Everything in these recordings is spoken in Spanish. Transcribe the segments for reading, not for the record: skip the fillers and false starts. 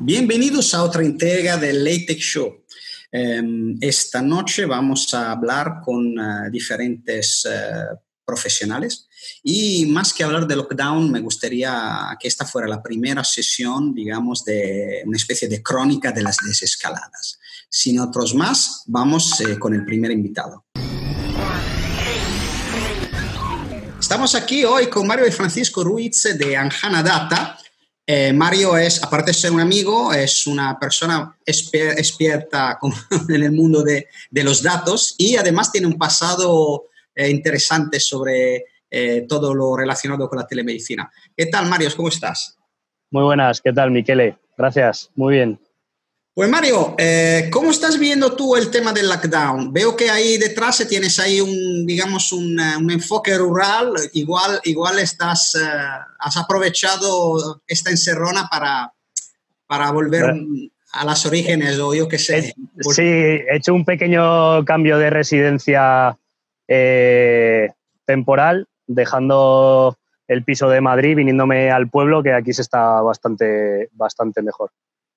Bienvenidos a otra entrega del Late Tech Show. Esta noche vamos a hablar con diferentes profesionales y más que hablar de lockdown, me gustaría que esta fuera la primera sesión, digamos, de una especie de crónica de las desescaladas. Sin otros más, vamos con el primer invitado. Estamos aquí hoy con Mario y Francisco Ruiz de Anjana Data. Mario es, aparte de ser un amigo, es una persona experta en el mundo de los datos y además tiene un pasado interesante sobre todo lo relacionado con la telemedicina. ¿Qué tal, Mario? ¿Cómo estás? Muy buenas. ¿Qué tal, Michele? Gracias. Muy bien. Pues Mario, ¿cómo estás viendo tú el tema del lockdown? Veo que ahí detrás tienes ahí un enfoque rural. Igual has aprovechado esta encerrona para volver a las orígenes o yo qué sé. Sí, he hecho un pequeño cambio de residencia temporal, dejando el piso de Madrid, viniéndome al pueblo, que aquí se está bastante mejor.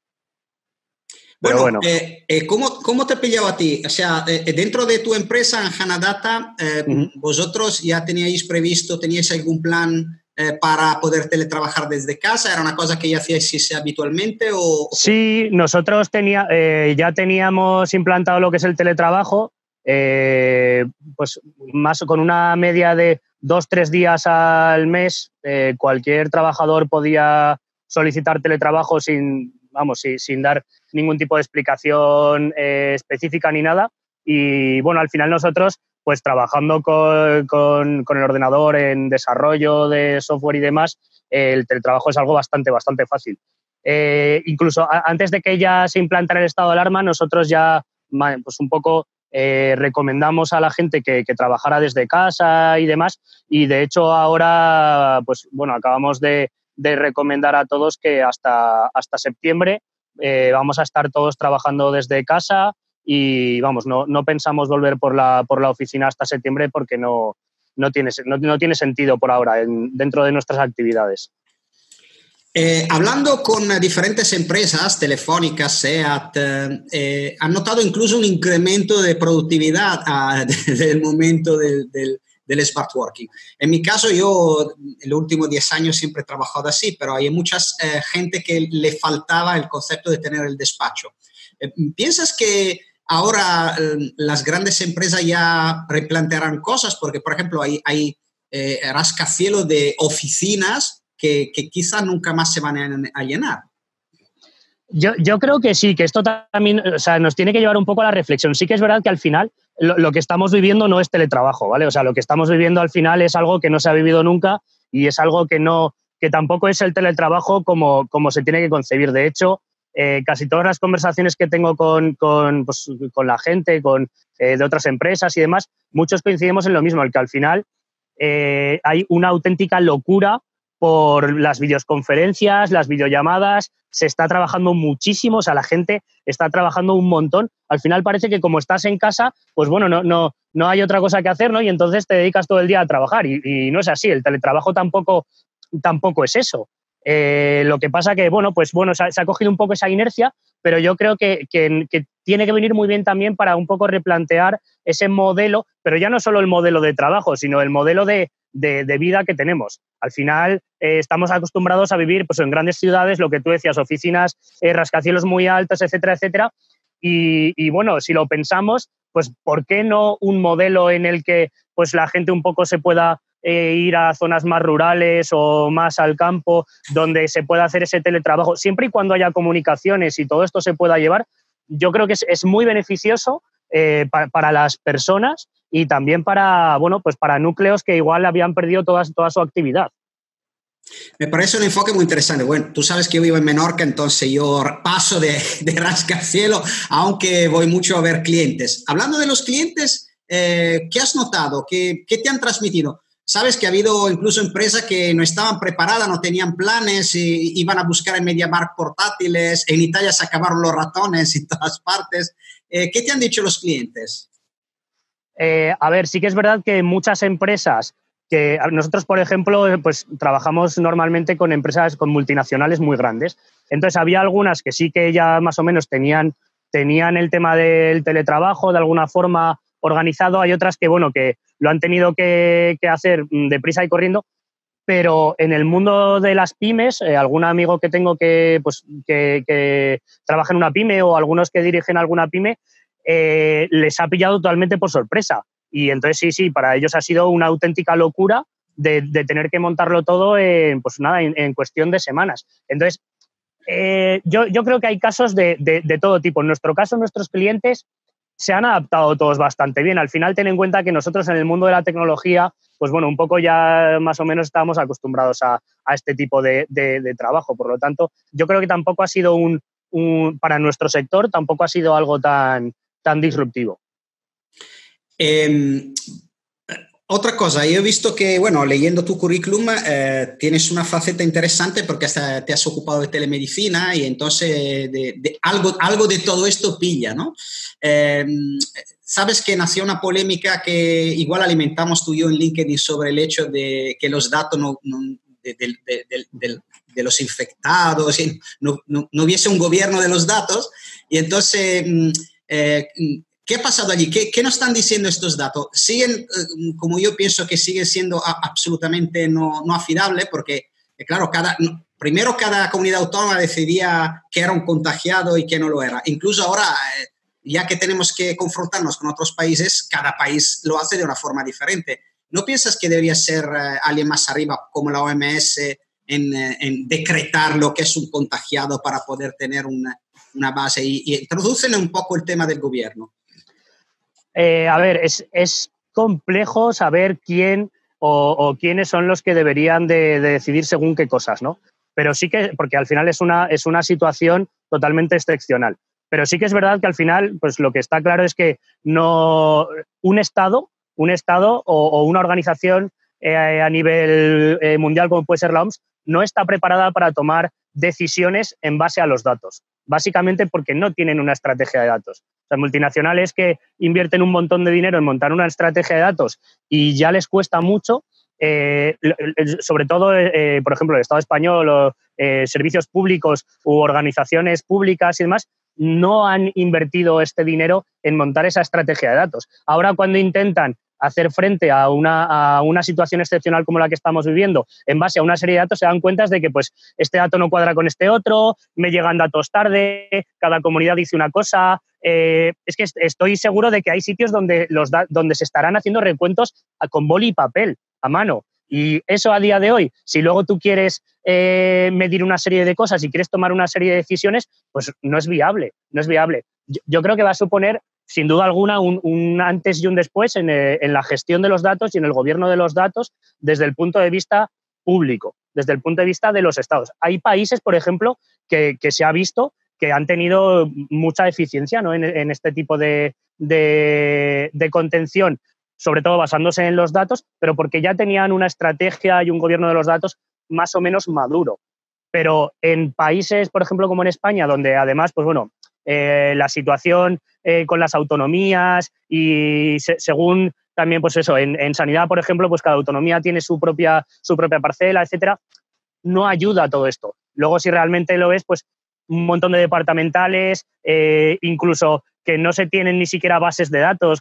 Bueno. ¿Cómo te pillaba a ti? O sea, dentro de tu empresa, Anjana Data, ¿vosotros ya teníais algún plan para poder teletrabajar desde casa? ¿Era una cosa que ya hacíais habitualmente? Sí, nosotros ya teníamos implantado lo que es el teletrabajo, pues más con una media de 2-3 días al mes. Cualquier trabajador podía solicitar teletrabajo sin dar ningún tipo de explicación específica ni nada. Y bueno, al final nosotros, pues trabajando con el ordenador en desarrollo de software y demás, el teletrabajo es algo bastante fácil. Incluso antes de que ya se implantara el estado de alarma, nosotros ya pues un poco recomendamos a la gente que trabajara desde casa y demás. Y de hecho ahora, pues bueno, acabamos de recomendar a todos que hasta septiembre vamos a estar todos trabajando desde casa y vamos, no pensamos volver por la oficina hasta septiembre porque no tiene sentido por ahora dentro de nuestras actividades. Hablando con diferentes empresas, Telefónica, SEAT, han notado incluso un incremento de productividad desde el momento del smart working. En mi caso, yo en los últimos 10 años siempre he trabajado así, pero hay mucha gente que le faltaba el concepto de tener el despacho. ¿Piensas que ahora las grandes empresas ya replantearán cosas? Porque, por ejemplo, hay rascacielos de oficinas que quizás nunca más se van a llenar. Yo creo que sí, que esto también, o sea, nos tiene que llevar un poco a la reflexión. Sí que es verdad que al final lo que estamos viviendo no es teletrabajo, ¿vale? O sea, lo que estamos viviendo al final es algo que no se ha vivido nunca y es algo que tampoco es el teletrabajo como se tiene que concebir. De hecho, casi todas las conversaciones que tengo con la gente, de otras empresas y demás, muchos coincidimos en lo mismo, el que al final hay una auténtica locura por las videoconferencias, las videollamadas. Se está trabajando muchísimo, o sea, la gente está trabajando un montón. Al final parece que como estás en casa, pues bueno, no hay otra cosa que hacer, ¿no? Y entonces te dedicas todo el día a trabajar y no es así. El teletrabajo tampoco es eso. Lo que pasa que, se ha cogido un poco esa inercia, pero yo creo que tiene que venir muy bien también para un poco replantear ese modelo, pero ya no solo el modelo de trabajo, sino el modelo de vida que tenemos. Al final estamos acostumbrados a vivir pues, en grandes ciudades, lo que tú decías, oficinas, rascacielos muy altos, etcétera, etcétera. Y bueno, si lo pensamos, pues ¿por qué no un modelo en el que pues, la gente un poco se pueda ir a zonas más rurales o más al campo, donde se pueda hacer ese teletrabajo? Siempre y cuando haya comunicaciones y todo esto se pueda llevar, yo creo que es muy beneficioso para las personas y también para núcleos que igual habían perdido toda su actividad. Me parece un enfoque muy interesante. Bueno, tú sabes que yo vivo en Menorca, entonces yo paso de rascacielos, aunque voy mucho a ver clientes. Hablando de los clientes, ¿qué has notado? ¿Qué te han transmitido? Sabes que ha habido incluso empresas que no estaban preparadas, no tenían planes, y iban a buscar en MediaMarkt portátiles. En Italia se acabaron los ratones en todas partes. ¿Qué te han dicho los clientes? A ver, sí que es verdad que muchas empresas que nosotros, por ejemplo, pues trabajamos normalmente con empresas, con multinacionales muy grandes. Entonces, había algunas que sí que ya más o menos tenían el tema del teletrabajo de alguna forma organizado. Hay otras que, bueno, que lo han tenido que hacer deprisa y corriendo. Pero en el mundo de las pymes, algún amigo que tengo que trabaja en una pyme o algunos que dirigen alguna pyme, les ha pillado totalmente por sorpresa. Y entonces sí, para ellos ha sido una auténtica locura de tener que montarlo todo pues nada, en cuestión de semanas. Entonces, yo creo que hay casos de todo tipo. En nuestro caso, nuestros clientes se han adaptado todos bastante bien. Al final, ten en cuenta que nosotros en el mundo de la tecnología, pues bueno, un poco ya más o menos estamos acostumbrados a este tipo de trabajo. Por lo tanto, yo creo que tampoco ha sido para nuestro sector, tampoco ha sido algo tan disruptivo. Otra cosa, yo he visto que, bueno, leyendo tu currículum, tienes una faceta interesante porque hasta te has ocupado de telemedicina y entonces algo de todo esto pilla, ¿no? Sabes que nació una polémica que igual alimentamos tú y yo en LinkedIn sobre el hecho de que los datos de los infectados, no hubiese un gobierno de los datos y entonces... ¿qué ha pasado allí? ¿Qué nos están diciendo estos datos? ¿Siguen, como yo pienso que siguen siendo absolutamente no afidables? Porque, claro, primero cada comunidad autónoma decidía qué era un contagiado y qué no lo era. Incluso ahora, ya que tenemos que confrontarnos con otros países, cada país lo hace de una forma diferente. ¿No piensas que debería ser alguien más arriba, como la OMS, en decretar lo que es un contagiado para poder tener una base y introducen un poco el tema del gobierno? A ver, es complejo saber quién o quiénes son los que deberían de decidir según qué cosas, ¿no? Pero sí que, porque al final es una situación totalmente excepcional. Pero sí que es verdad que al final, pues lo que está claro es que no un Estado o una organización a nivel mundial como puede ser la OMS no está preparada para tomar decisiones en base a los datos, básicamente porque no tienen una estrategia de datos. Las multinacionales que invierten un montón de dinero en montar una estrategia de datos y ya les cuesta mucho, sobre todo, por ejemplo, el Estado español o servicios públicos u organizaciones públicas y demás, no han invertido este dinero en montar esa estrategia de datos. Ahora, cuando intentan hacer frente a una situación excepcional como la que estamos viviendo, en base a una serie de datos, se dan cuenta de que pues, este dato no cuadra con este otro, me llegan datos tarde, cada comunidad dice una cosa. Es que estoy seguro de que hay sitios donde se estarán haciendo recuentos con boli y papel, a mano. Y eso a día de hoy, si luego tú quieres medir una serie de cosas y quieres tomar una serie de decisiones, pues no es viable, no es viable. Yo creo que va a suponer, sin duda alguna, un antes y un después en la gestión de los datos y en el gobierno de los datos desde el punto de vista público, desde el punto de vista de los estados. Hay países, por ejemplo, que se ha visto que han tenido mucha eficiencia, ¿no? en este tipo de contención, sobre todo basándose en los datos, pero porque ya tenían una estrategia y un gobierno de los datos más o menos maduro. Pero en países, por ejemplo, como en España, donde además, pues bueno, la situación con las autonomías y según también, pues eso, en sanidad, por ejemplo, pues cada autonomía tiene su propia parcela, etcétera, no ayuda a todo esto. Luego, si realmente lo ves, pues un montón de departamentales, incluso que no se tienen ni siquiera bases de datos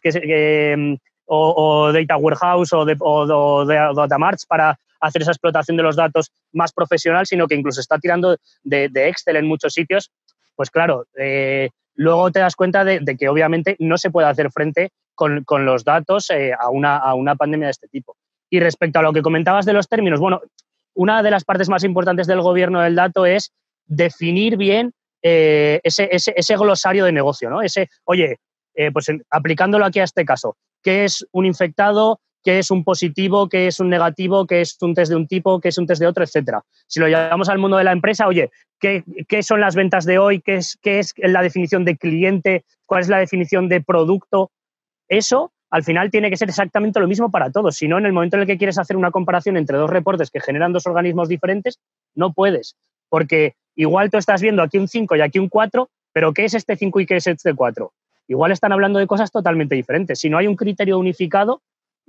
o data warehouse o data marts para hacer esa explotación de los datos más profesional, sino que incluso está tirando de Excel en muchos sitios. Pues claro, luego te das cuenta de que obviamente no se puede hacer frente con los datos a una pandemia de este tipo. Y respecto a lo que comentabas de los términos, bueno, una de las partes más importantes del gobierno del dato es definir bien ese glosario de negocio, ¿no? Pues aplicándolo aquí a este caso, ¿qué es un infectado? ¿Qué es un positivo? ¿Qué es un negativo? ¿Qué es un test de un tipo? ¿Qué es un test de otro? Etcétera. Si lo llevamos al mundo de la empresa, oye, ¿qué son las ventas de hoy? ¿Qué es la definición de cliente? ¿Cuál es la definición de producto? Eso, al final, tiene que ser exactamente lo mismo para todos. Si no, en el momento en el que quieres hacer una comparación entre dos reportes que generan dos organismos diferentes, no puedes. Porque igual tú estás viendo aquí un 5 y aquí un 4, pero ¿qué es este 5 y qué es este 4? Igual están hablando de cosas totalmente diferentes. Si no hay un criterio unificado,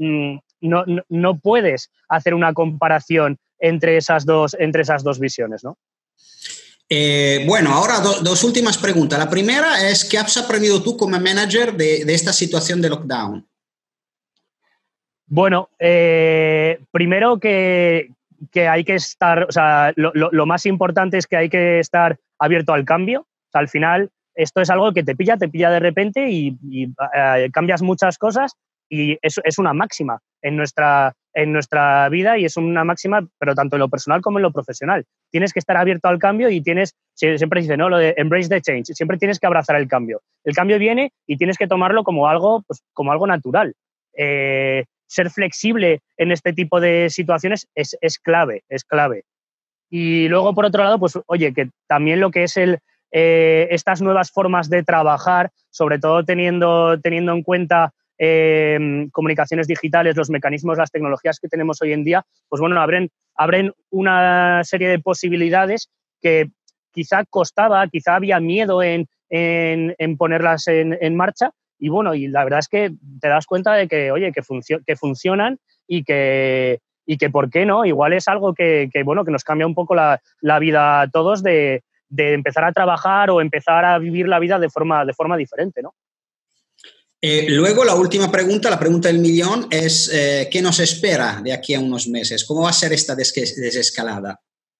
no puedes hacer una comparación entre esas dos visiones, ¿no? Bueno, ahora dos últimas preguntas. La primera es, ¿qué has aprendido tú como manager de esta situación de lockdown? Bueno, primero que hay que estar, o sea, lo más importante es que hay que estar abierto al cambio. O sea, al final, esto es algo que te pilla de repente y cambias muchas cosas, y es una máxima en nuestra vida, y es una máxima, pero tanto en lo personal como en lo profesional. Tienes que estar abierto al cambio y siempre dice, ¿no? Lo de embrace the change, siempre tienes que abrazar el cambio. El cambio viene y tienes que tomarlo como algo, pues, como algo natural. Ser flexible en este tipo de situaciones es clave. Y luego, por otro lado, pues oye, que también lo que es estas nuevas formas de trabajar, sobre todo teniendo en cuenta comunicaciones digitales, los mecanismos, las tecnologías que tenemos hoy en día, pues bueno, abren una serie de posibilidades que quizá había miedo en ponerlas en marcha. Y bueno, y la verdad es que te das cuenta de que, oye, que funcionan, y que ¿por qué no? Igual es algo que nos cambia un poco la vida a todos, de empezar a trabajar o empezar a vivir la vida de forma diferente, ¿no? Luego, la última pregunta, la pregunta del millón, es ¿qué nos espera de aquí a unos meses? ¿Cómo va a ser esta desescalada?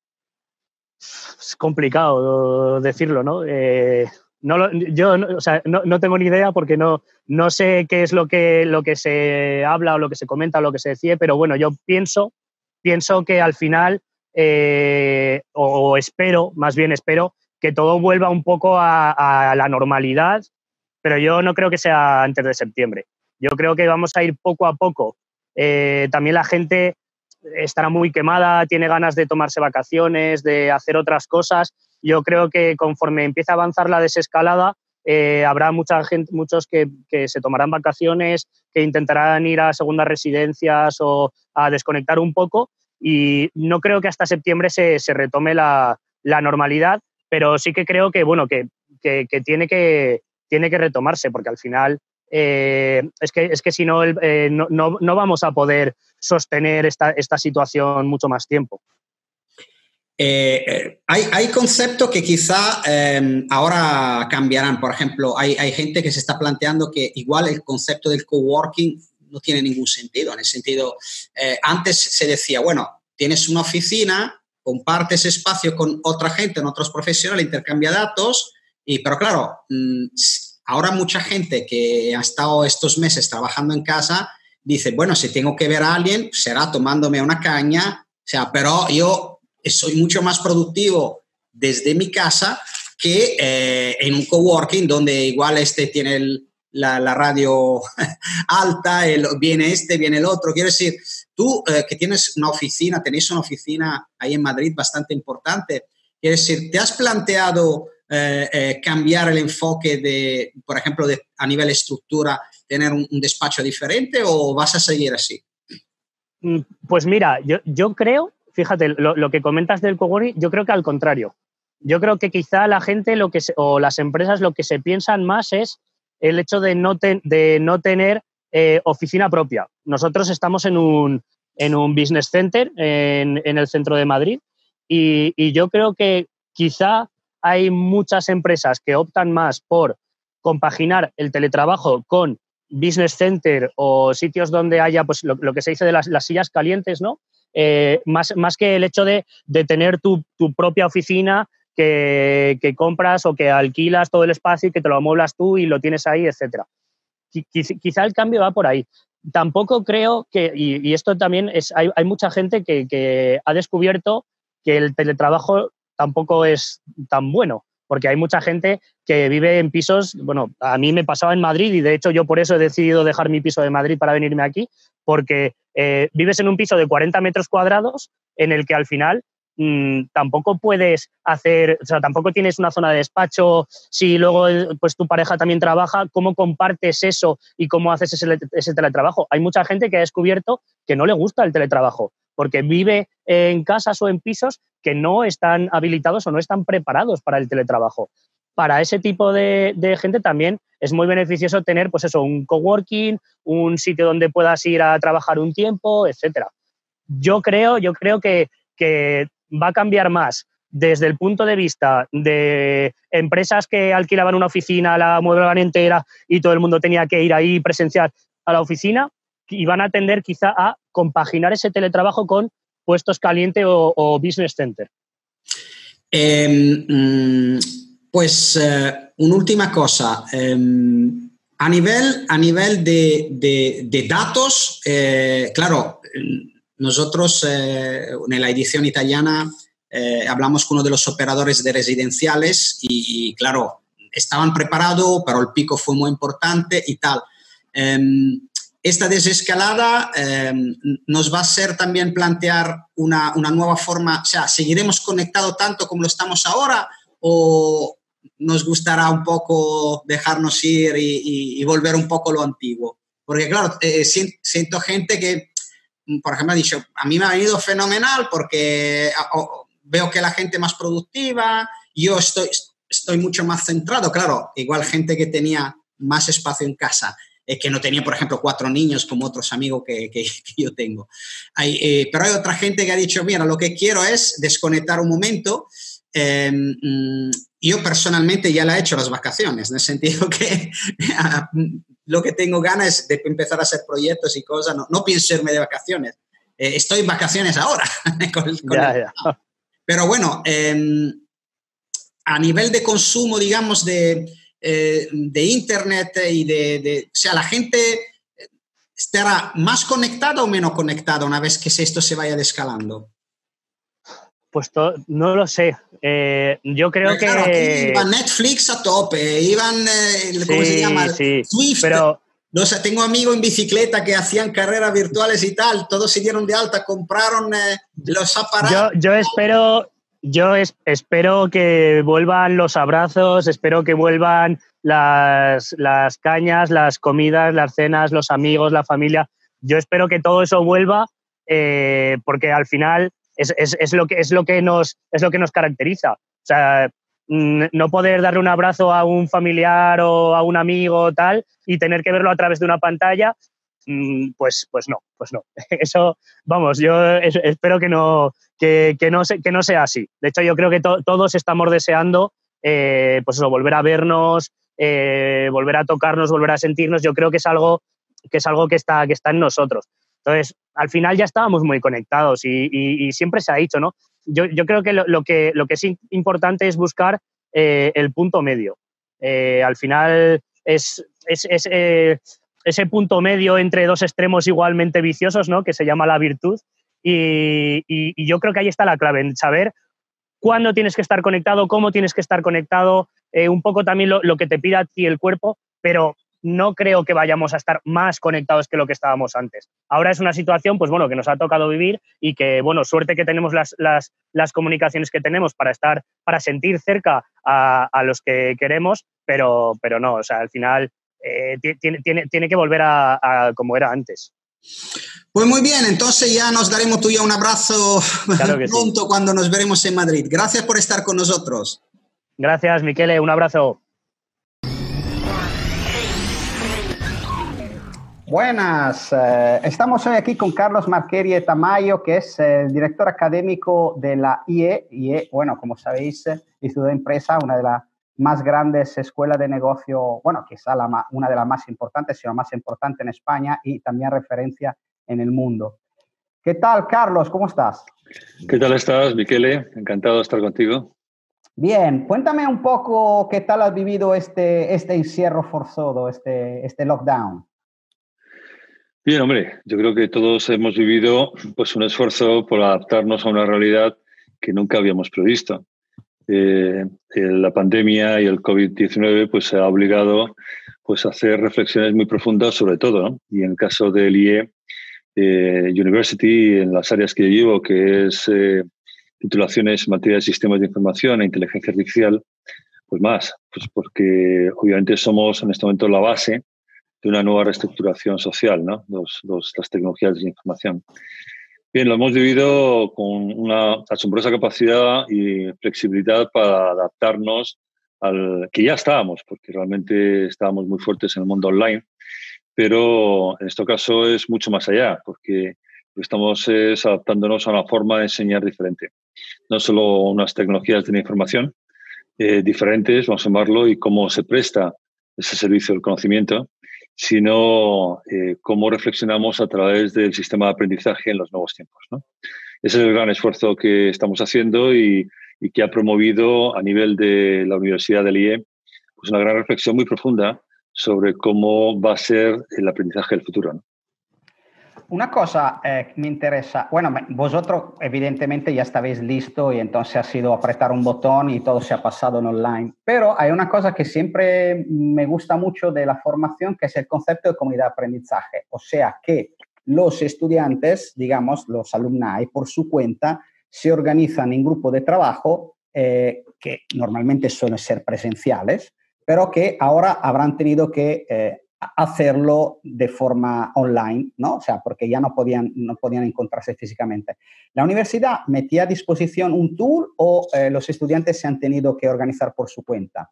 Es complicado decirlo, ¿no? Yo no tengo ni idea, porque no sé qué es lo que se habla o lo que se comenta o lo que se decide, pero bueno, yo pienso que al final, más bien espero que todo vuelva un poco a la normalidad, pero yo no creo que sea antes de septiembre. Yo creo que vamos a ir poco a poco. También la gente estará muy quemada, tiene ganas de tomarse vacaciones, de hacer otras cosas. Yo creo que conforme empiece a avanzar la desescalada, habrá muchos que se tomarán vacaciones, que intentarán ir a segundas residencias o a desconectar un poco, y no creo que hasta septiembre se retome la normalidad, pero sí que creo que, bueno, que tiene que retomarse, porque al final es que si no, no vamos a poder sostener esta situación mucho más tiempo. Hay conceptos que quizá ahora cambiarán. Por ejemplo, hay gente que se está planteando que igual el concepto del coworking no tiene ningún sentido. En el sentido, antes se decía, bueno, tienes una oficina, compartes espacio con otra gente, con otros profesionales, intercambia datos, pero claro, ahora mucha gente que ha estado estos meses trabajando en casa dice, bueno, si tengo que ver a alguien, será tomándome una caña, o sea, pero yo soy mucho más productivo desde mi casa que en un coworking donde igual tiene la radio alta, viene viene el otro. Quiero decir, tú que tenéis una oficina ahí en Madrid bastante importante, quiero decir, ¿te has planteado cambiar el enfoque por ejemplo, a nivel estructura, tener un despacho diferente, o vas a seguir así? Pues mira, yo creo, fíjate, lo que comentas del coworking, yo creo que al contrario. Yo creo que quizá la gente o las empresas lo que se piensan más es el hecho de no tener oficina propia. Nosotros estamos en un business center en el centro de Madrid, y yo creo que quizá hay muchas empresas que optan más por compaginar el teletrabajo con business center o sitios donde haya, pues, lo que se dice de las sillas calientes, ¿no? Más que el hecho de tener tu propia oficina que compras o que alquilas todo el espacio y que te lo amueblas tú y lo tienes ahí, etcétera. Quizá el cambio va por ahí. Tampoco creo que, y esto también hay mucha gente que ha descubierto que el teletrabajo tampoco es tan bueno, porque hay mucha gente que vive en pisos. Bueno, a mí me pasaba en Madrid, y de hecho yo por eso he decidido dejar mi piso de Madrid para venirme aquí, porque vives en un piso de 40 metros cuadrados en el que al final tampoco puedes hacer, o sea, tampoco tienes una zona de despacho. Si luego pues tu pareja también trabaja, ¿cómo compartes eso y cómo haces ese teletrabajo? Hay mucha gente que ha descubierto que no le gusta el teletrabajo, porque vive en casas o en pisos que no están habilitados o no están preparados para el teletrabajo. para ese tipo de gente también es muy beneficioso tener, pues eso, un coworking, un sitio donde puedas ir a trabajar un tiempo, etcétera. Yo creo que va a cambiar más desde el punto de vista de empresas que alquilaban una oficina, la amueblaban entera y todo el mundo tenía que ir ahí presencial a la oficina, y van a tender quizá a compaginar ese teletrabajo con puestos caliente o business center. Pues una última cosa. A nivel de datos, claro, nosotros en la edición italiana hablamos con uno de los operadores de residenciales y claro, estaban preparados, pero el pico fue muy importante y tal. Esta desescalada nos va a hacer también plantear una nueva forma, o sea, ¿seguiremos conectados tanto como lo estamos ahora o nos gustará un poco dejarnos ir y volver un poco a lo antiguo? Porque claro, siento gente que, por ejemplo, ha dicho, a mí me ha venido fenomenal porque veo que la gente es más productiva, yo estoy mucho más centrado, claro, igual gente que tenía más espacio en casa, que no tenía, por ejemplo, 4 niños como otros amigos que yo tengo. Pero hay otra gente que ha dicho, mira, lo que quiero es desconectar un momento. Yo personalmente ya le he hecho las vacaciones, en el sentido que lo que tengo ganas es de empezar a hacer proyectos y cosas, no pienso irme de vacaciones. Estoy en vacaciones ahora. Ya. Pero bueno, a nivel de consumo, digamos, de internet y o sea, la gente estará más conectada o menos conectada una vez que esto se vaya descalando. Pues no lo sé. Yo creo que... Claro, aquí iba Netflix a tope, iban, ¿cómo se llama? Sí, Swift. Pero... Tengo amigos en bicicleta que hacían carreras virtuales y tal, todos se dieron de alta, compraron los aparatos. Yo espero que vuelvan los abrazos, espero que vuelvan las cañas, las comidas, las cenas, los amigos, la familia. Yo espero que todo eso vuelva porque al final es lo que nos caracteriza. O sea, no poder darle un abrazo a un familiar o a un amigo tal y tener que verlo a través de una pantalla, pues no. Eso, vamos, yo espero que no sea así. De hecho, yo creo que todos estamos deseando pues eso, volver a vernos, volver a tocarnos, volver a sentirnos. Yo creo que es algo que está en nosotros. Entonces, al final ya estábamos muy conectados y siempre se ha dicho, ¿no? Yo creo que lo que es importante es buscar el punto medio. Al final es ese punto medio entre dos extremos igualmente viciosos, ¿no? Que se llama la virtud. Y yo creo que ahí está la clave, en saber cuándo tienes que estar conectado, cómo tienes que estar conectado, un poco también lo que te pida a ti el cuerpo, pero no creo que vayamos a estar más conectados que lo que estábamos antes. Ahora es una situación, pues bueno, que nos ha tocado vivir y que, bueno, suerte que tenemos las comunicaciones que tenemos para sentir cerca a los que queremos, pero no, o sea, al final tiene que volver a como era antes. Pues muy bien, entonces ya nos daremos tú y yo un abrazo claro pronto sí. Cuando nos veremos en Madrid. Gracias por estar con nosotros. Gracias, Michele, un abrazo. Buenas, estamos hoy aquí con Carlos Marcheri Tamayo, que es el director académico de la IE. IE, bueno, como sabéis, Instituto de Empresa, una de las más grandes escuelas de negocio, bueno, quizá una de las más importantes, sino más importante en España y también referencia en el mundo. ¿Qué tal, Carlos? ¿Cómo estás? ¿Qué tal estás, Michele? Encantado de estar contigo. Bien, cuéntame un poco qué tal has vivido este encierro forzoso, este lockdown. Bien, hombre, yo creo que todos hemos vivido pues, un esfuerzo por adaptarnos a una realidad que nunca habíamos previsto. La pandemia y el COVID-19 pues, ha obligado pues, a hacer reflexiones muy profundas sobre todo, ¿no? Y en el caso del IE University, en las áreas que yo llevo, que es titulaciones en materia de sistemas de información e inteligencia artificial, pues más, pues porque obviamente somos en este momento la base de una nueva reestructuración social, ¿no? Las tecnologías de información. Bien, lo hemos vivido con una asombrosa capacidad y flexibilidad para adaptarnos que ya estábamos, porque realmente estábamos muy fuertes en el mundo online, pero en este caso es mucho más allá, porque estamos adaptándonos a una forma de enseñar diferente. No solo unas tecnologías de la información diferentes, vamos a llamarlo, y cómo se presta ese servicio del conocimiento, sino cómo reflexionamos a través del sistema de aprendizaje en los nuevos tiempos, ¿no? Ese es el gran esfuerzo que estamos haciendo y que ha promovido a nivel de la Universidad del IE pues una gran reflexión muy profunda sobre cómo va a ser el aprendizaje del futuro, ¿no? Una cosa me interesa, bueno, vosotros evidentemente ya estabais listo y entonces ha sido apretar un botón y todo se ha pasado en online, pero hay una cosa que siempre me gusta mucho de la formación, que es el concepto de comunidad de aprendizaje, o sea que los estudiantes, digamos, los alumni, por su cuenta, se organizan en grupos de trabajo que normalmente suelen ser presenciales, pero que ahora habrán tenido que hacerlo de forma online, ¿no? O sea, porque ya no podían encontrarse físicamente. ¿La universidad metía a disposición un tool o los estudiantes se han tenido que organizar por su cuenta?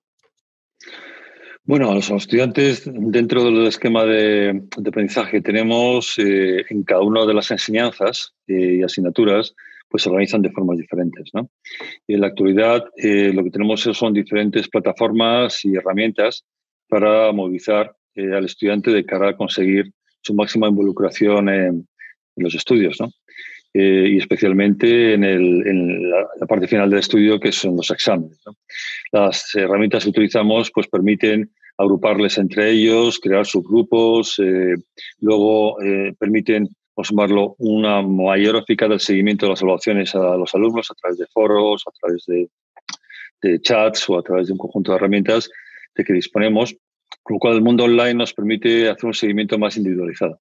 Bueno, los estudiantes, dentro del esquema de aprendizaje que tenemos, en cada una de las enseñanzas y asignaturas, pues se organizan de formas diferentes, ¿no? En la actualidad, lo que tenemos son diferentes plataformas y herramientas para movilizar al estudiante de cara a conseguir su máxima involucración en los estudios, ¿no? Y especialmente en la parte final del estudio, que son los exámenes, ¿no? Las herramientas que utilizamos pues permiten agruparles entre ellos, crear subgrupos, luego permiten, vamos a llamarlo, una mayor eficacia del seguimiento de las evaluaciones a los alumnos a través de foros, a través de chats o a través de un conjunto de herramientas de que disponemos, con lo cual el mundo online nos permite hacer un seguimiento más individualizado.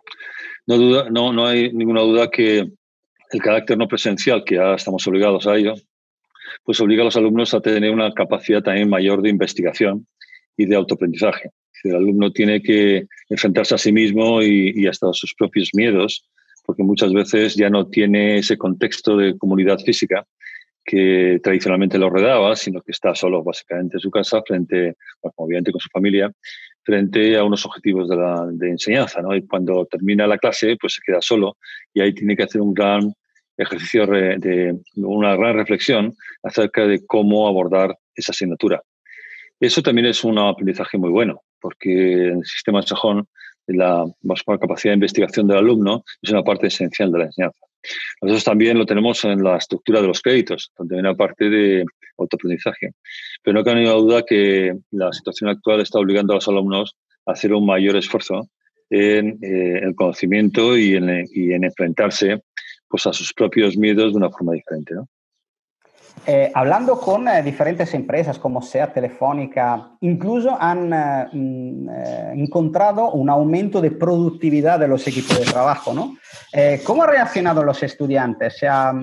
No hay ninguna duda que el carácter no presencial, que ya estamos obligados a ello, pues obliga a los alumnos a tener una capacidad también mayor de investigación y de autoaprendizaje. El alumno tiene que enfrentarse a sí mismo y hasta a sus propios miedos, porque muchas veces ya no tiene ese contexto de comunidad física que tradicionalmente lo rodeaba, sino que está solo básicamente en su casa, frente, bueno, obviamente con su familia, frente a unos objetivos de enseñanza, ¿no? Y cuando termina la clase, pues se queda solo y ahí tiene que hacer un gran ejercicio de una gran reflexión acerca de cómo abordar esa asignatura. Eso también es un aprendizaje muy bueno, porque en el sistema de Sajón la capacidad de investigación del alumno es una parte esencial de la enseñanza. Nosotros también lo tenemos en la estructura de los créditos, donde hay una parte de autoaprendizaje. Pero no cabe ninguna duda que la situación actual está obligando a los alumnos a hacer un mayor esfuerzo en el conocimiento y en enfrentarse pues, a sus propios miedos de una forma diferente, ¿no? Hablando con diferentes empresas como SEAT, Telefónica, incluso han encontrado un aumento de productividad de los equipos de trabajo, ¿no? ¿Cómo han reaccionado los estudiantes? O sea,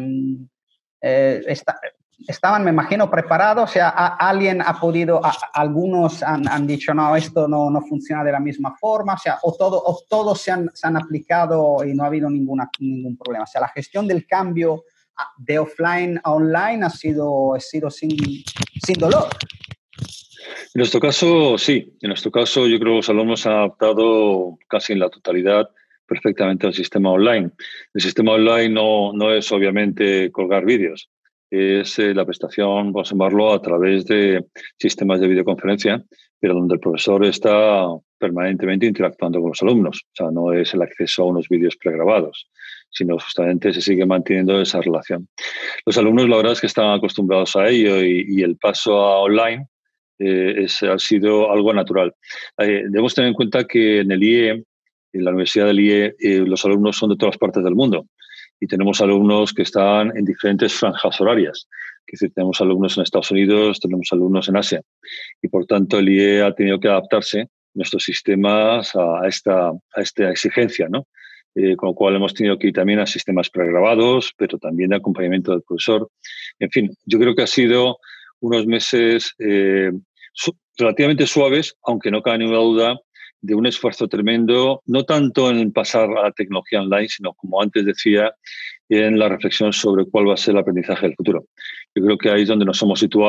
estaban, me imagino, preparados. O sea, alguien ha podido, algunos han dicho, no, esto no funciona de la misma forma. O sea, todos se han aplicado y no ha habido ningún problema. O sea, la gestión del cambio de offline a online ha sido sin dolor. En nuestro caso, sí. En nuestro caso, yo creo que los alumnos han adaptado casi en la totalidad perfectamente al sistema online. El sistema online no es obviamente colgar vídeos, es la prestación, vamos a llamarlo, a través de sistemas de videoconferencia, pero donde el profesor está permanentemente interactuando con los alumnos. O sea, no es el acceso a unos vídeos pregrabados, sino justamente se sigue manteniendo esa relación. Los alumnos, la verdad es que están acostumbrados a ello y el paso a online ha sido algo natural. Debemos tener en cuenta que en el IE, en la Universidad del IE, los alumnos son de todas partes del mundo y tenemos alumnos que están en diferentes franjas horarias. Es decir, tenemos alumnos en Estados Unidos, tenemos alumnos en Asia y, por tanto, el IE ha tenido que adaptarse nuestros sistemas a esta exigencia, ¿no? Con lo cual hemos tenido que ir también a sistemas pregrabados, pero también de acompañamiento del profesor. En fin, yo creo que ha sido unos meses relativamente suaves, aunque no cabe ninguna duda, de un esfuerzo tremendo, no tanto en pasar a la tecnología online, sino, como antes decía, en la reflexión sobre cuál va a ser el aprendizaje del futuro. Yo creo que ahí es donde nos hemos situado,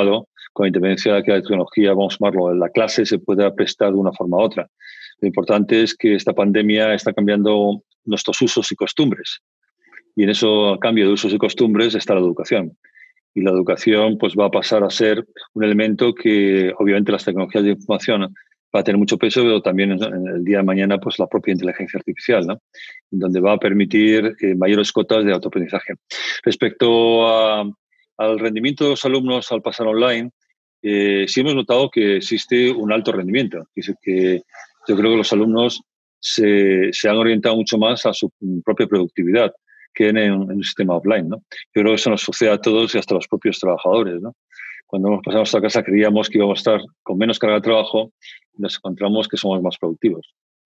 con independencia de que la tecnología, vamos a llamarlo, en la clase se pueda prestar de una forma u otra. Lo importante es que esta pandemia está cambiando nuestros usos y costumbres. Y en eso, a cambio de usos y costumbres, está la educación. Y la educación pues, va a pasar a ser un elemento que, obviamente, las tecnologías de información va a tener mucho peso, pero también en el día de mañana pues, la propia inteligencia artificial, ¿no? Donde va a permitir mayores cotas de autoaprendizaje. Respecto al rendimiento de los alumnos al pasar online, sí hemos notado que existe un alto rendimiento. Que yo creo que los alumnos se han orientado mucho más a su propia productividad que en un sistema offline, ¿no? Yo creo que eso nos sucede a todos y hasta a los propios trabajadores, ¿no? Cuando hemos pasado a nuestra casa creíamos que íbamos a estar con menos carga de trabajo y nos encontramos que somos más productivos.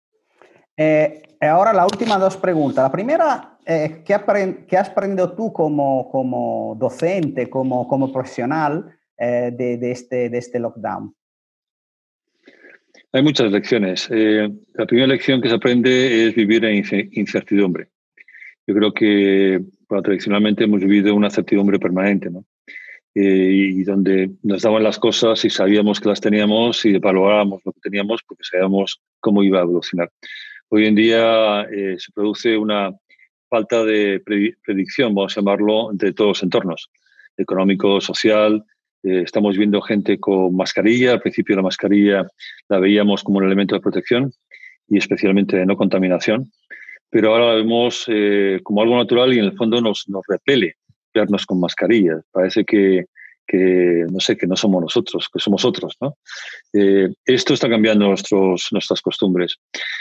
Ahora las últimas dos preguntas. La primera, ¿qué has aprendido tú como docente, como profesional de este lockdown? Hay muchas lecciones. La primera lección que se aprende es vivir en incertidumbre. Yo creo que bueno, tradicionalmente hemos vivido una certidumbre permanente, ¿no? Y donde nos daban las cosas y sabíamos que las teníamos y valorábamos lo que teníamos porque sabíamos cómo iba a evolucionar. Hoy en día se produce una falta de predicción, vamos a llamarlo, de todos los entornos, económico, social. Estamos viendo gente con mascarilla. Al principio la mascarilla la veíamos como un elemento de protección y especialmente de no contaminación. Pero ahora la vemos como algo natural y en el fondo nos repele vernos con mascarillas. Parece que no sé, que no somos nosotros, que somos otros, ¿no? Esto está cambiando nuestras costumbres.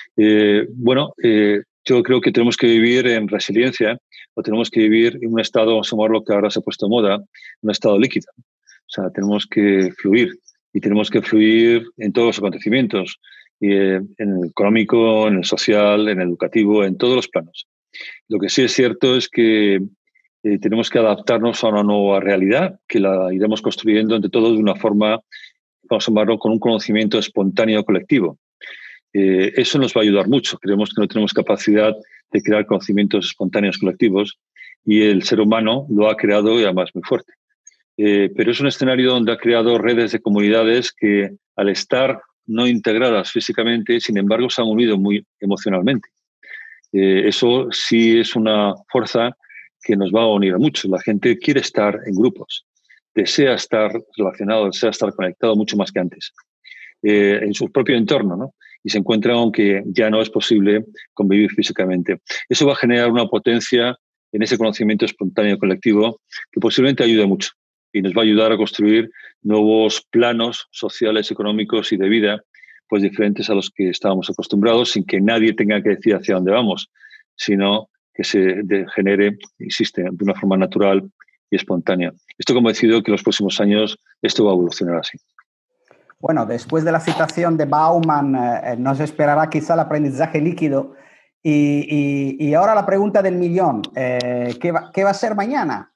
Yo creo que tenemos que vivir en resiliencia o tenemos que vivir en un estado, vamos a llamarlo, que ahora se ha puesto de moda, un estado líquido. O sea, tenemos que fluir y tenemos que fluir en todos los acontecimientos. En el económico, en el social, en el educativo, en todos los planos. Lo que sí es cierto es que tenemos que adaptarnos a una nueva realidad que la iremos construyendo entre todos de una forma, vamos a llamarlo, con un conocimiento espontáneo colectivo. Eso nos va a ayudar mucho. Creemos que no tenemos capacidad de crear conocimientos espontáneos colectivos y el ser humano lo ha creado y además muy fuerte. Pero es un escenario donde ha creado redes de comunidades que al estar no integradas físicamente, sin embargo, se han unido muy emocionalmente. Eso sí es una fuerza que nos va a unir a mucho. La gente quiere estar en grupos, desea estar relacionado, desea estar conectado mucho más que antes, en su propio entorno, ¿no? Y se encuentra aunque ya no es posible convivir físicamente. Eso va a generar una potencia en ese conocimiento espontáneo colectivo que posiblemente ayude mucho y nos va a ayudar a construir nuevos planos sociales, económicos y de vida, pues diferentes a los que estábamos acostumbrados, sin que nadie tenga que decir hacia dónde vamos, sino que se genere, insiste, de una forma natural y espontánea. Estoy convencido que en los próximos años esto va a evolucionar así. Bueno, después de la citación de Bauman, nos esperará quizá el aprendizaje líquido. Y ahora la pregunta del millón. ¿Qué va a ser mañana?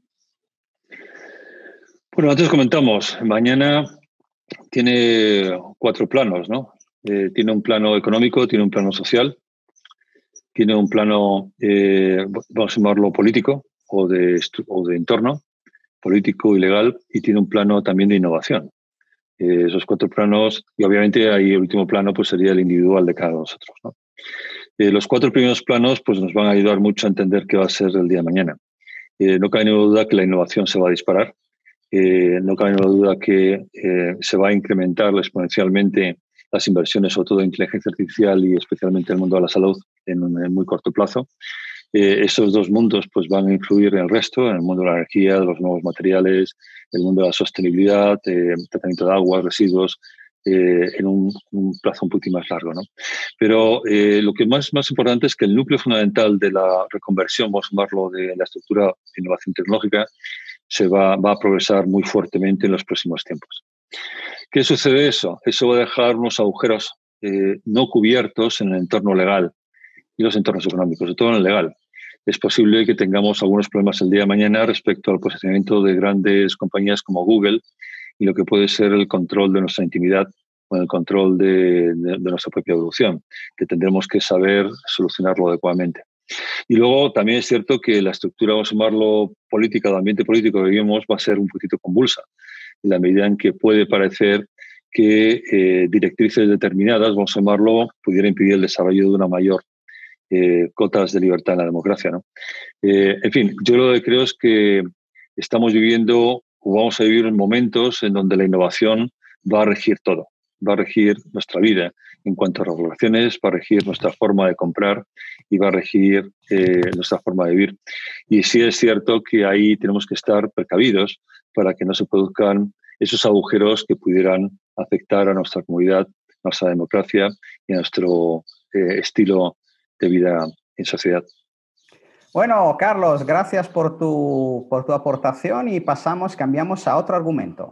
Bueno, antes comentamos, mañana tiene 4 planos, ¿no? Tiene un plano económico, tiene un plano social, tiene un plano, vamos a llamarlo político o de entorno, político y legal, y tiene un plano también de innovación. Esos 4 planos, y obviamente ahí el último plano pues sería el individual de cada uno de nosotros, ¿no? Los 4 primeros planos pues nos van a ayudar mucho a entender qué va a ser el día de mañana. No cabe ninguna duda que la innovación se va a disparar. No cabe ninguna duda que se va a incrementar exponencialmente las inversiones, sobre todo en inteligencia artificial y especialmente en el mundo de la salud en muy corto plazo. Esos 2 mundos pues, van a influir en el resto, en el mundo de la energía, de los nuevos materiales, el mundo de la sostenibilidad, tratamiento de aguas, residuos, en un plazo un poquito más largo, ¿no? Pero lo que más importante es que el núcleo fundamental de la reconversión, vamos a llamarlo, de la estructura de innovación tecnológica, va a progresar muy fuertemente en los próximos tiempos. ¿Qué sucede eso? Eso va a dejar unos agujeros no cubiertos en el entorno legal y los entornos económicos, sobre todo en el legal. Es posible que tengamos algunos problemas el día de mañana respecto al posicionamiento de grandes compañías como Google y lo que puede ser el control de nuestra intimidad o el control de nuestra propia evolución, que tendremos que saber solucionarlo adecuadamente. Y luego también es cierto que la estructura, vamos a llamarlo política, del ambiente político que vivimos, va a ser un poquito convulsa. en la medida en que puede parecer que directrices determinadas, vamos a llamarlo, pudiera impedir el desarrollo de una mayor cotas de libertad en la democracia, ¿no? En fin, yo lo que creo es que estamos viviendo o vamos a vivir momentos en donde la innovación va a regir todo, va a regir nuestra vida en cuanto a regulaciones, va a regir nuestra forma de comprar y va a regir nuestra forma de vivir. Y sí es cierto que ahí tenemos que estar precavidos para que no se produzcan esos agujeros que pudieran afectar a nuestra comunidad, a nuestra democracia y a nuestro estilo de vida en sociedad. Bueno, Carlos, gracias por tu aportación y cambiamos a otro argumento.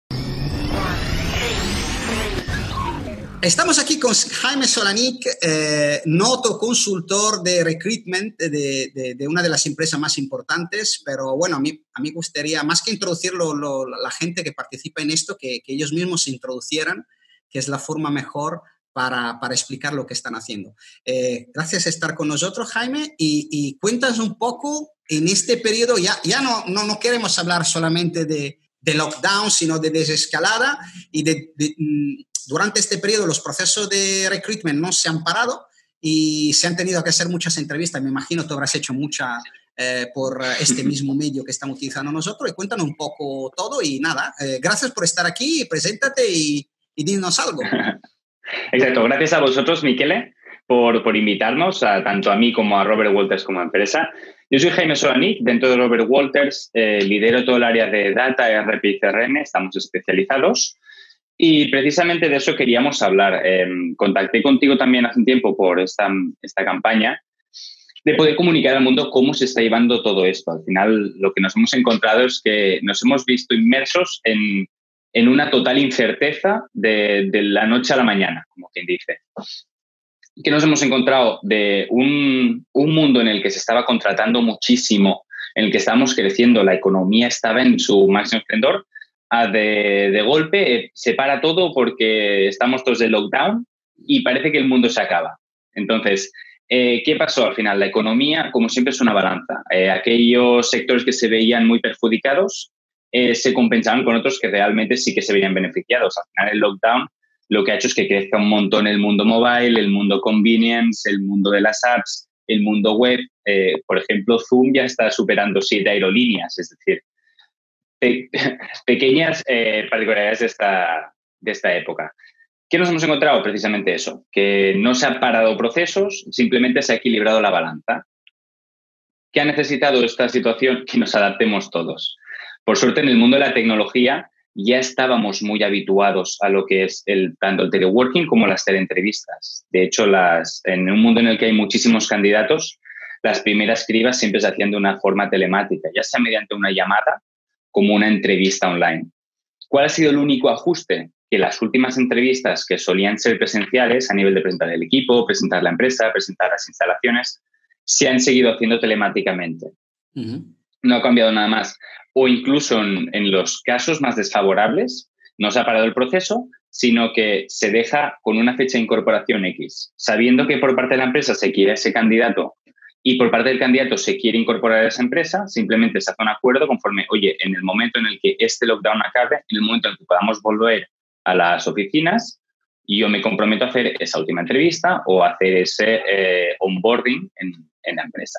Estamos aquí con Jaime Solanich, noto consultor de recruitment de una de las empresas más importantes, pero bueno, a mí me gustaría, más que introducirlo, la gente que participa en esto, que ellos mismos se introducieran, que es la forma mejor para explicar lo que están haciendo. Gracias por estar con nosotros, Jaime, y cuéntanos un poco en este periodo, ya no queremos hablar solamente de lockdown, sino de desescalada y durante este periodo los procesos de recruitment no se han parado y se han tenido que hacer muchas entrevistas. Me imagino que habrás hecho muchas por este mismo medio que estamos utilizando nosotros. Y cuéntanos un poco todo y nada, gracias por estar aquí, preséntate y dinos algo. Exacto, gracias a vosotros, Michele, por invitarnos, tanto a mí como a Robert Walters como empresa. Yo soy Jaime Solanich, dentro de Robert Walters lidero todo el área de Data, ERP y CRM, estamos especializados. Y precisamente de eso queríamos hablar. Contacté contigo también hace un tiempo por esta campaña de poder comunicar al mundo cómo se está llevando todo esto. Al final, lo que nos hemos encontrado es que nos hemos visto inmersos en una total incerteza de la noche a la mañana, como quien dice. Que nos hemos encontrado de un mundo en el que se estaba contratando muchísimo, en el que estábamos creciendo, la economía estaba en su máximo esplendor, de golpe se para todo porque estamos todos de lockdown y parece que el mundo se acaba. Entonces, ¿qué pasó al final? La economía, como siempre, es una balanza. Aquellos sectores que se veían muy perjudicados se compensaban con otros que realmente sí que se veían beneficiados. Al final, el lockdown lo que ha hecho es que crezca un montón el mundo mobile, el mundo convenience, el mundo de las apps, el mundo web. Por ejemplo, Zoom ya está superando 7 aerolíneas, es decir, pequeñas particularidades de esta época. ¿Qué nos hemos encontrado? Precisamente eso, que no se han parado procesos, simplemente se ha equilibrado la balanza. ¿Qué ha necesitado esta situación? Que nos adaptemos todos. Por suerte, en el mundo de la tecnología ya estábamos muy habituados a lo que es tanto el teleworking como las teleentrevistas. De hecho, en un mundo en el que hay muchísimos candidatos, las primeras cribas siempre se hacían de una forma telemática, ya sea mediante una llamada como una entrevista online. ¿Cuál ha sido el único ajuste? Que las últimas entrevistas que solían ser presenciales a nivel de presentar el equipo, presentar la empresa, presentar las instalaciones, se han seguido haciendo telemáticamente. Uh-huh. No ha cambiado nada más. O incluso en los casos más desfavorables, no se ha parado el proceso, sino que se deja con una fecha de incorporación X, sabiendo que por parte de la empresa se quiere ese candidato y por parte del candidato se quiere incorporar a esa empresa, simplemente se hace un acuerdo conforme, oye, en el momento en el que este lockdown acabe, en el momento en el que podamos volver a las oficinas, yo me comprometo a hacer esa última entrevista o hacer ese onboarding en la empresa.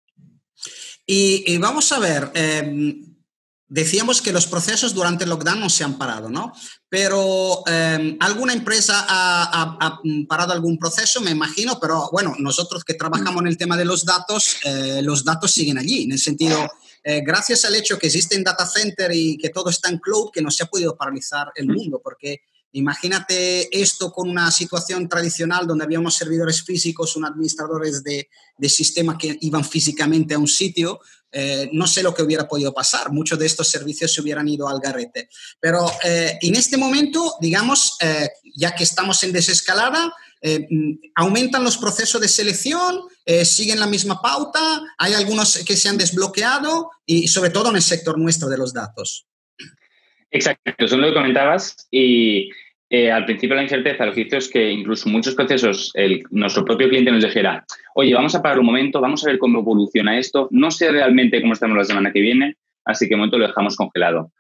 Y vamos a ver, decíamos que los procesos durante el lockdown no se han parado, ¿no? Pero alguna empresa ha parado algún proceso, me imagino, pero bueno, nosotros que trabajamos en el tema de los datos siguen allí, en el sentido, gracias al hecho que existen data center y que todo está en cloud, que no se ha podido paralizar el mundo, porque imagínate esto con una situación tradicional donde habíamos servidores físicos, administradores de sistema que iban físicamente a un sitio, no sé lo que hubiera podido pasar. Muchos de estos servicios se hubieran ido al garete. Pero en este momento, digamos, ya que estamos en desescalada, aumentan los procesos de selección, siguen la misma pauta, hay algunos que se han desbloqueado y sobre todo en el sector nuestro de los datos. Exacto, eso es lo que comentabas y al principio la incerteza lo que hizo es que incluso muchos procesos nuestro propio cliente nos dijera, oye, vamos a parar un momento, vamos a ver cómo evoluciona esto, no sé realmente cómo estamos la semana que viene, así que de momento lo dejamos congelado.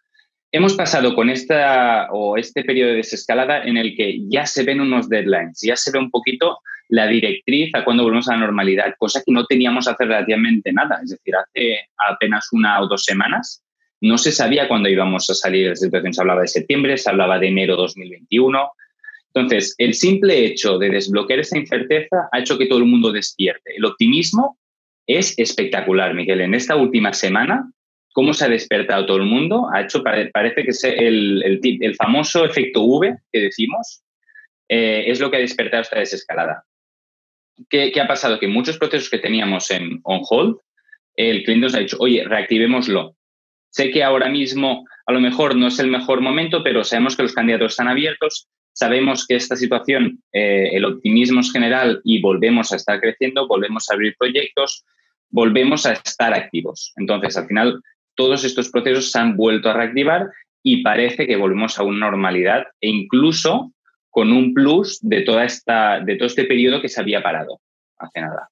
hemos pasado con este periodo de desescalada en el que ya se ven unos deadlines, ya se ve un poquito la directriz a cuándo volvemos a la normalidad, cosa que no teníamos hace relativamente nada. Es decir, hace apenas 1 o 2 semanas no se sabía cuándo íbamos a salir de la situación. Se hablaba de septiembre, se hablaba de enero 2021. Entonces, el simple hecho de desbloquear esa incerteza ha hecho que todo el mundo despierte. El optimismo es espectacular, Miguel. En esta última semana, cómo se ha despertado todo el mundo, parece que es el famoso efecto V que decimos, es lo que ha despertado esta desescalada. ¿Qué ha pasado? Que muchos procesos que teníamos on hold, el cliente nos ha dicho, oye, reactivémoslo. Sé que ahora mismo a lo mejor no es el mejor momento, pero sabemos que los candidatos están abiertos, sabemos que esta situación, el optimismo es general y volvemos a estar creciendo, volvemos a abrir proyectos, volvemos a estar activos. Entonces, al final, todos estos procesos se han vuelto a reactivar y parece que volvemos a una normalidad e incluso con un plus de todo este periodo que se había parado hace nada.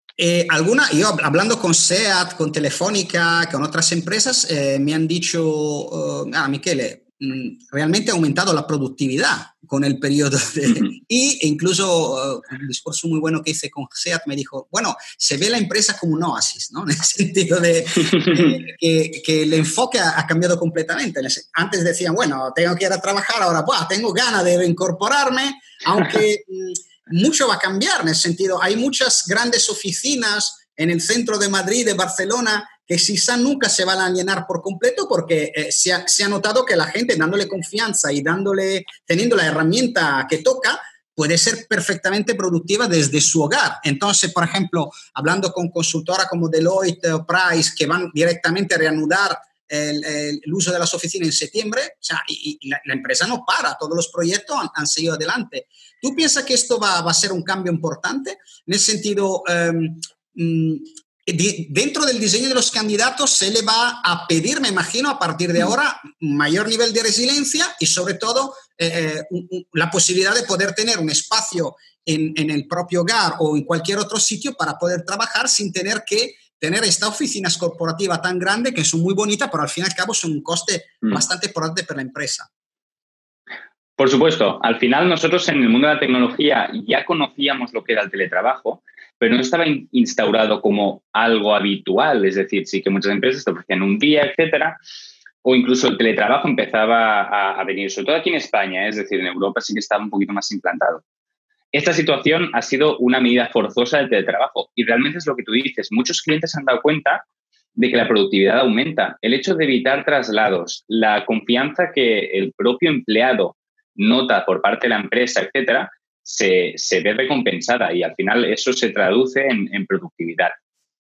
Yo hablando con SEAT, con Telefónica, con otras empresas, me han dicho, Michele, realmente ha aumentado la productividad con el periodo y incluso un discurso muy bueno que hice con SEAT me dijo, bueno, se ve la empresa como un oasis, ¿no? En el sentido de que el enfoque ha cambiado completamente. Antes decían, bueno, tengo que ir a trabajar, ahora tengo ganas de reincorporarme, aunque mucho va a cambiar en el sentido, hay muchas grandes oficinas en el centro de Madrid, de Barcelona, que quizá nunca se van a llenar por completo porque se ha notado que la gente dándole confianza y teniendo la herramienta que toca, puede ser perfectamente productiva desde su hogar. Entonces, por ejemplo, hablando con consultoras como Deloitte o Price, que van directamente a reanudar el uso de las oficinas en septiembre, o sea, y la empresa no para, todos los proyectos han seguido adelante. ¿Tú piensas que esto va a ser un cambio importante? En el sentido, dentro del diseño de los candidatos se le va a pedir, me imagino, a partir de ahora, mayor nivel de resiliencia y sobre todo la posibilidad de poder tener un espacio en el propio hogar o en cualquier otro sitio para poder trabajar sin tener que tener estas oficinas corporativas tan grandes que son muy bonitas, pero al fin y al cabo son un coste bastante importante para la empresa. Por supuesto, al final nosotros en el mundo de la tecnología ya conocíamos lo que era el teletrabajo, pero no estaba instaurado como algo habitual, es decir, sí que muchas empresas te ofrecían un día, etcétera, o incluso el teletrabajo empezaba a venir, sobre todo aquí en España, es decir, en Europa sí que estaba un poquito más implantado. Esta situación ha sido una medida forzosa del teletrabajo y realmente es lo que tú dices, muchos clientes han dado cuenta de que la productividad aumenta, el hecho de evitar traslados, la confianza que el propio empleado nota por parte de la empresa, etcétera, se ve recompensada y al final eso se traduce en productividad.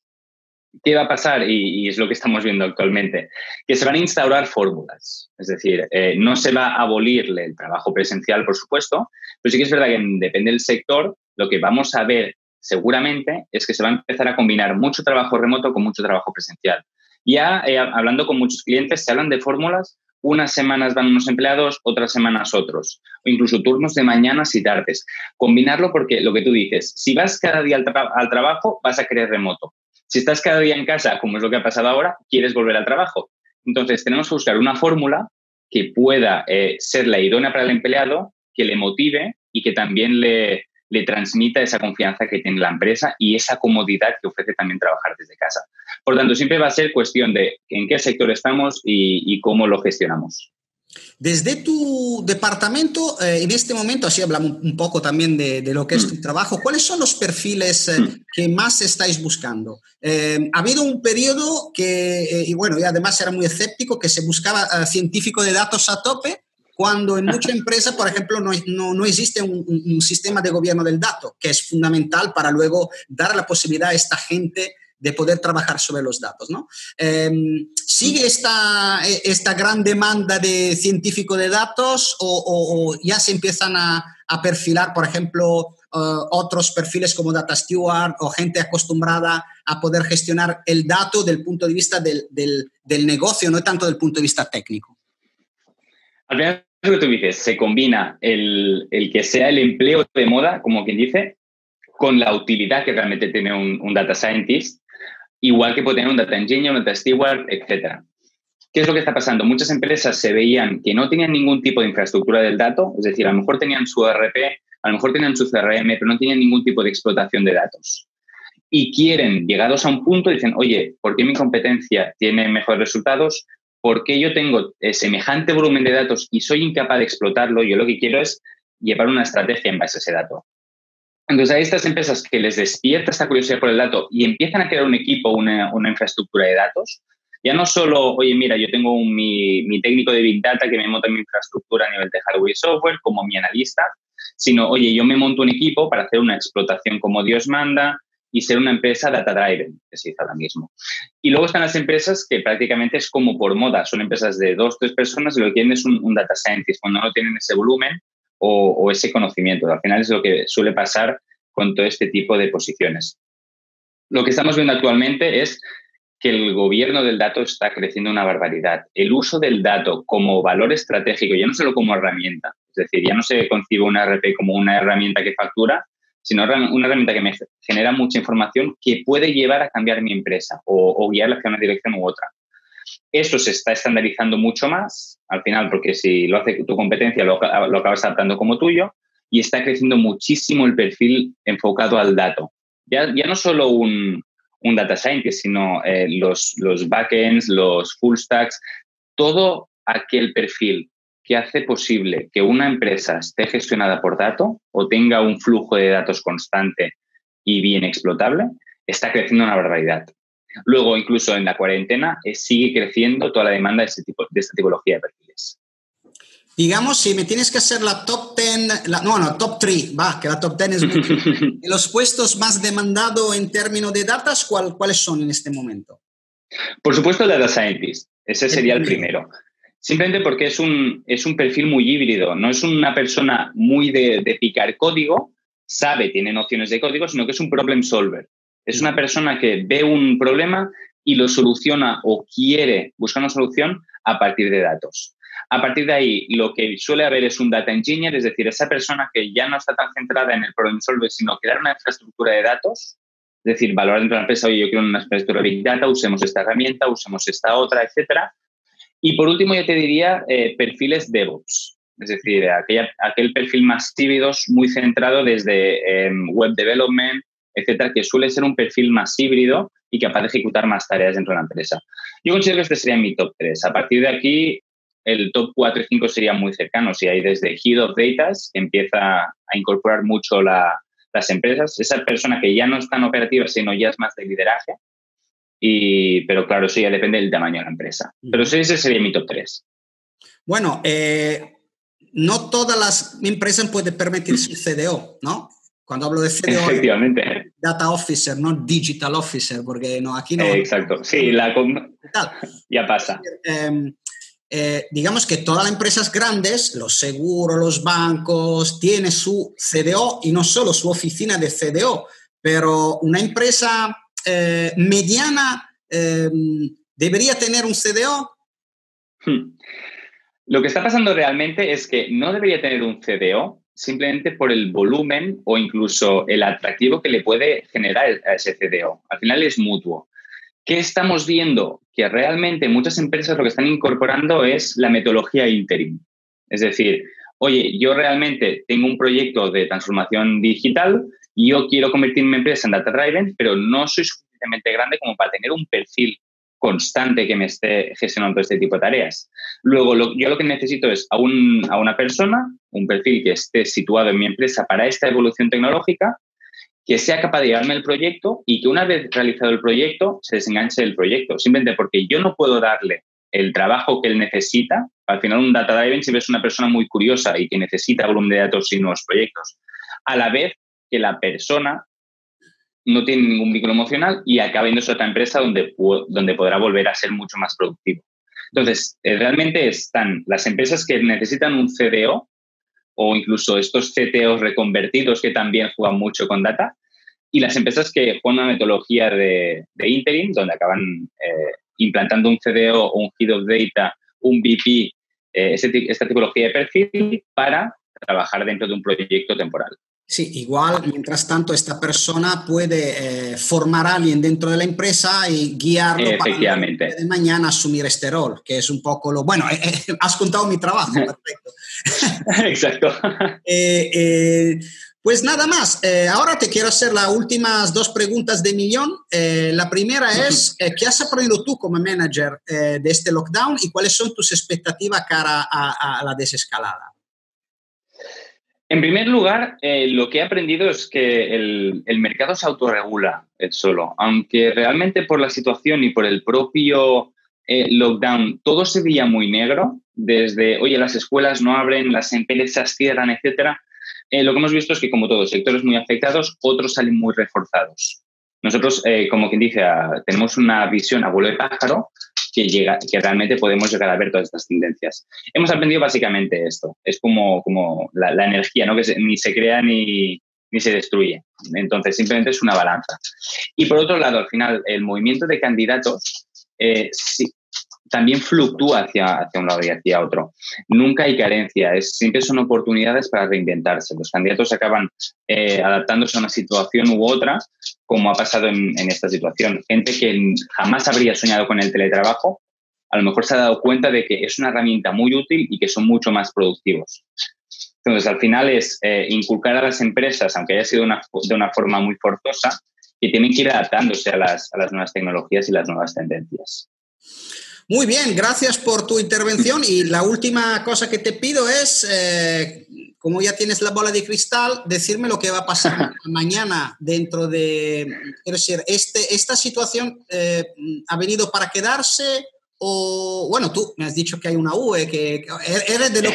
¿Qué va a pasar? Y es lo que estamos viendo actualmente, que se van a instaurar fórmulas. Es decir, no se va a abolirle el trabajo presencial, por supuesto, pero sí que es verdad que depende del sector, lo que vamos a ver seguramente es que se va a empezar a combinar mucho trabajo remoto con mucho trabajo presencial. Ya hablando con muchos clientes, se hablan de fórmulas. Unas semanas van unos empleados, otras semanas otros. O incluso turnos de mañanas y tardes. Combinarlo porque lo que tú dices, si vas cada día al trabajo, vas a querer remoto. Si estás cada día en casa, como es lo que ha pasado ahora, quieres volver al trabajo. Entonces, tenemos que buscar una fórmula que pueda ser la idónea para el empleado, que le motive y que también le transmita esa confianza que tiene la empresa y esa comodidad que ofrece también trabajar desde casa. Por tanto, siempre va a ser cuestión de en qué sector estamos y cómo lo gestionamos. Desde tu departamento, en este momento, así hablamos un poco también de lo que es tu trabajo, ¿cuáles son los perfiles que más estáis buscando? Ha habido un periodo que, y además era muy escéptico, que se buscaba científico de datos a tope, cuando en muchas empresas, por ejemplo, no existe un sistema de gobierno del dato, que es fundamental para luego dar la posibilidad a esta gente de poder trabajar sobre los datos, ¿no? ¿Sigue esta gran demanda de científico de datos o ya se empiezan a perfilar, por ejemplo, otros perfiles como Data Steward o gente acostumbrada a poder gestionar el dato del punto de vista del negocio, no tanto del punto de vista técnico? Al final, lo que tú dices, se combina el que sea el empleo de moda, como quien dice, con la utilidad que realmente tiene un data scientist, igual que puede tener un data engineer, un data steward, etc. ¿Qué es lo que está pasando? Muchas empresas se veían que no tenían ningún tipo de infraestructura del dato, es decir, a lo mejor tenían su ERP, a lo mejor tenían su CRM, pero no tenían ningún tipo de explotación de datos. Y quieren, llegados a un punto, dicen, oye, ¿por qué mi competencia tiene mejores resultados? ¿Por qué yo tengo semejante volumen de datos y soy incapaz de explotarlo? Yo lo que quiero es llevar una estrategia en base a ese dato. Entonces, hay estas empresas que les despierta esta curiosidad por el dato y empiezan a crear un equipo, una infraestructura de datos. Ya no solo, oye, mira, yo tengo mi técnico de Big Data que me monta mi infraestructura a nivel de hardware y software, como mi analista, sino, oye, yo me monto un equipo para hacer una explotación como Dios manda y ser una empresa data-driven, que se dice ahora mismo. Y luego están las empresas que prácticamente es como por moda, son empresas de 2 o 3 personas y lo que quieren es un data scientist, cuando no tienen ese volumen o ese conocimiento. Al final es lo que suele pasar con todo este tipo de posiciones. Lo que estamos viendo actualmente es que el gobierno del dato está creciendo una barbaridad. El uso del dato como valor estratégico, ya no solo como herramienta, es decir, ya no se concibe una ERP como una herramienta que factura, sino una herramienta que me genera mucha información que puede llevar a cambiar mi empresa o guiarla hacia una dirección u otra. Eso se está estandarizando mucho más, al final, porque si lo hace tu competencia, lo acabas adaptando como tuyo, y está creciendo muchísimo el perfil enfocado al dato. Ya no solo un data scientist, sino los backends, los full stacks, todo aquel perfil que hace posible que una empresa esté gestionada por dato o tenga un flujo de datos constante y bien explotable, está creciendo una barbaridad. Luego, incluso en la cuarentena, sigue creciendo toda la demanda de esta tipología de perfiles. Digamos, si me tienes que hacer la top 10, top 3, que la top 10 es muy... Los puestos más demandados en términos de datos, ¿cuáles son en este momento? Por supuesto, el data scientist. Ese sería el primero. Simplemente porque es un perfil muy híbrido. No es una persona muy de picar código, tiene nociones de código, sino que es un problem solver. Es una persona que ve un problema y lo soluciona o quiere buscar una solución a partir de datos. A partir de ahí, lo que suele haber es un data engineer, es decir, esa persona que ya no está tan centrada en el problem solver, sino crear una infraestructura de datos, es decir, valorar dentro de la empresa, oye, yo quiero una infraestructura de Big Data, usemos esta herramienta, usemos esta otra, etcétera. Y por último, yo te diría perfiles DevOps, es decir, aquel perfil más híbrido, muy centrado desde web development, etcétera, que suele ser un perfil más híbrido y capaz de ejecutar más tareas dentro de la empresa. Yo considero que este sería mi top 3. A partir de aquí, el top 4 y 5 serían muy cercanos. Y hay desde Head of Data, que empieza a incorporar mucho las empresas. Esa persona que ya no es tan operativa, sino ya es más de lideraje. Pero claro, eso ya depende del tamaño de la empresa. Pero ese sería mi top 3. Bueno, no todas las empresas pueden permitirse un CDO, ¿no? Cuando hablo de CDO, efectivamente. Data Officer, no Digital Officer, porque no, aquí no... Exacto, sí, ya pasa. Digamos que todas las empresas grandes, los seguros, los bancos, tienen su CDO y no solo su oficina de CDO, pero una empresa mediana debería tener un CDO. Lo que está pasando realmente es que no debería tener un CDO simplemente por el volumen o incluso el atractivo que le puede generar a ese CDO. Al final es mutuo. ¿Qué estamos viendo? Que realmente muchas empresas lo que están incorporando es la metodología interim. Es decir, oye, yo realmente tengo un proyecto de transformación digital y yo quiero convertir mi empresa en data driven, pero no soy suficientemente grande como para tener un perfil constante que me esté gestionando todo este tipo de tareas. Luego, yo lo que necesito es a una persona, un perfil que esté situado en mi empresa para esta evolución tecnológica, que sea capaz de llevarme el proyecto y que una vez realizado el proyecto se desenganche del proyecto. Simplemente porque yo no puedo darle el trabajo que él necesita. Al final, un data driven siempre es una persona muy curiosa y que necesita volumen de datos y nuevos proyectos. A la vez que la persona no tiene ningún vínculo emocional y acaba yéndose a otra empresa donde podrá volver a ser mucho más productivo. Entonces, realmente están las empresas que necesitan un CDO o incluso estos CTOs reconvertidos que también juegan mucho con data, y las empresas que juegan una metodología de interim, donde acaban implantando un CDO o un Head of Data, un VP, esta tipología de perfil para trabajar dentro de un proyecto temporal. Sí, igual, mientras tanto, esta persona puede formar a alguien dentro de la empresa y guiarlo para el día de mañana asumir este rol, que es un poco lo... Bueno, has contado mi trabajo, perfecto. Exacto. Pues nada más, ahora te quiero hacer las últimas 2 preguntas de millón. La primera es, ¿qué has aprendido tú como manager de este lockdown y cuáles son tus expectativas cara a la desescalada? En primer lugar, lo que he aprendido es que el mercado se autorregula solo, aunque realmente por la situación y por el propio lockdown todo se veía muy negro, desde, oye, las escuelas no abren, las empresas cierran, etcétera. Lo que hemos visto es que, como todos, sectores muy afectados, otros salen muy reforzados. Nosotros, como quien dice, tenemos una visión a vuelo de pájaro que realmente podemos llegar a ver todas estas tendencias. Hemos aprendido básicamente esto. Es como la energía, ¿no? Que ni se crea ni se destruye. Entonces, simplemente es una balanza. Y por otro lado, al final, el movimiento de candidatos sí, también fluctúa hacia un lado y hacia otro. Nunca hay carencia, siempre son oportunidades para reinventarse. Los candidatos acaban adaptándose a una situación u otra, como ha pasado en esta situación. Gente que jamás habría soñado con el teletrabajo, a lo mejor se ha dado cuenta de que es una herramienta muy útil y que son mucho más productivos. Entonces, al final es inculcar a las empresas, aunque haya sido de una forma muy forzosa, que tienen que ir adaptándose a las nuevas tecnologías y las nuevas tendencias. Muy bien, gracias por tu intervención y la última cosa que te pido es, como ya tienes la bola de cristal, decirme lo que va a pasar mañana dentro de... Quiero decir, ¿esta situación ha venido para quedarse o, bueno, tú me has dicho que hay una UE, que eres de lo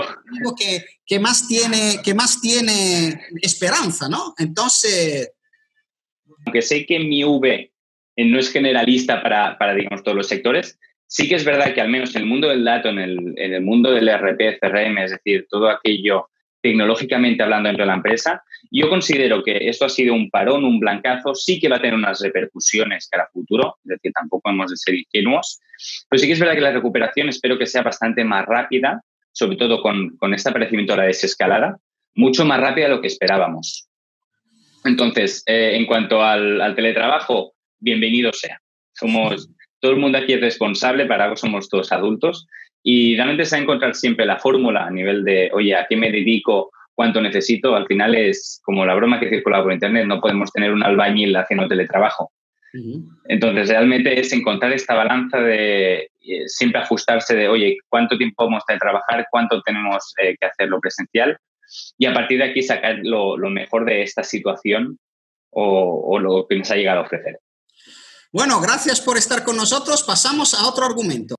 que más tiene esperanza, ¿no? Entonces... Aunque sé que mi V no es generalista para digamos, todos los sectores, sí que es verdad que al menos en el mundo del dato, en el mundo del ERP, CRM, es decir, todo aquello tecnológicamente hablando dentro de la empresa, yo considero que esto ha sido un parón, un blancazo, sí que va a tener unas repercusiones cara a futuro, es decir, tampoco hemos de ser ingenuos, pero sí que es verdad que la recuperación espero que sea bastante más rápida, sobre todo con este aparecimiento de la desescalada, mucho más rápida de lo que esperábamos. Entonces, en cuanto al teletrabajo, bienvenido sea. Todo el mundo aquí es responsable, para algo somos todos adultos y realmente se va a encontrar siempre la fórmula a nivel de, oye, ¿a qué me dedico? ¿Cuánto necesito? Al final es como la broma que circula por internet, no podemos tener un albañil haciendo teletrabajo. Entonces, realmente es encontrar esta balanza de siempre ajustarse de, oye, ¿cuánto tiempo vamos a trabajar? ¿Cuánto tenemos que hacerlo presencial? Y a partir de aquí sacar lo mejor de esta situación o lo que nos ha llegado a ofrecer. Bueno, gracias por estar con nosotros. Pasamos a otro argumento.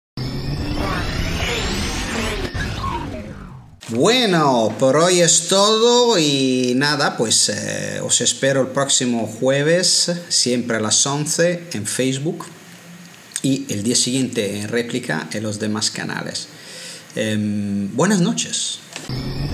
Bueno, por hoy es todo y nada, pues os espero el próximo jueves, siempre a las 11 en Facebook y el día siguiente en réplica en los demás canales. Buenas noches.